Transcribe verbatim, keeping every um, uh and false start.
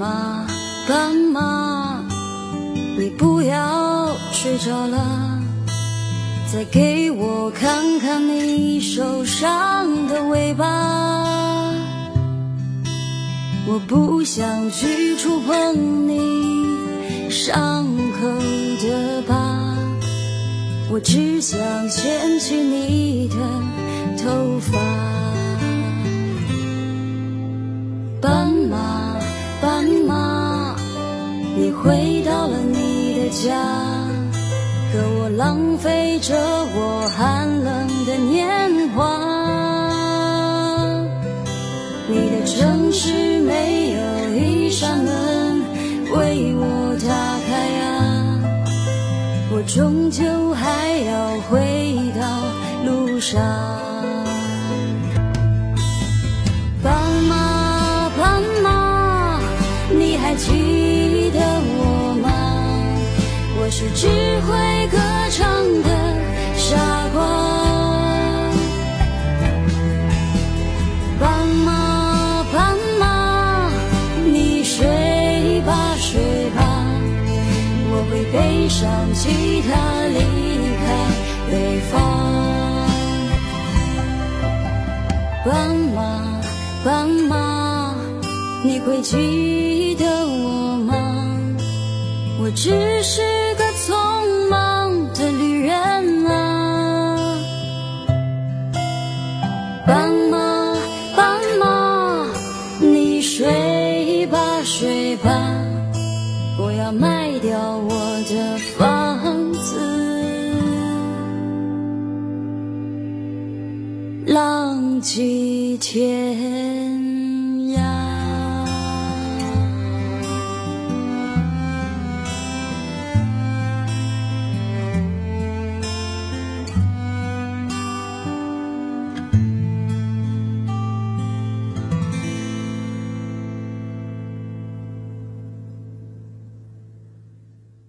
马，斑马，你不要睡着了，再给我看看你受伤的尾巴。我不想去触碰你伤口的疤，我只想牵起你的头发。斑马，斑马，你回到了你的家，可我浪费着我寒冷的年华。你的城市没有一扇门为我打开啊，我终究还要回到路上。斑马，斑马，你还记得我吗？我是只会歌唱的傻瓜。斑马，斑马，你睡吧睡吧，我会背上吉他离开北方。斑马，斑马，你会记得我吗？我只是个匆忙的旅人啊。斑马，斑马，你睡吧睡吧，我要卖掉我的房子，浪迹天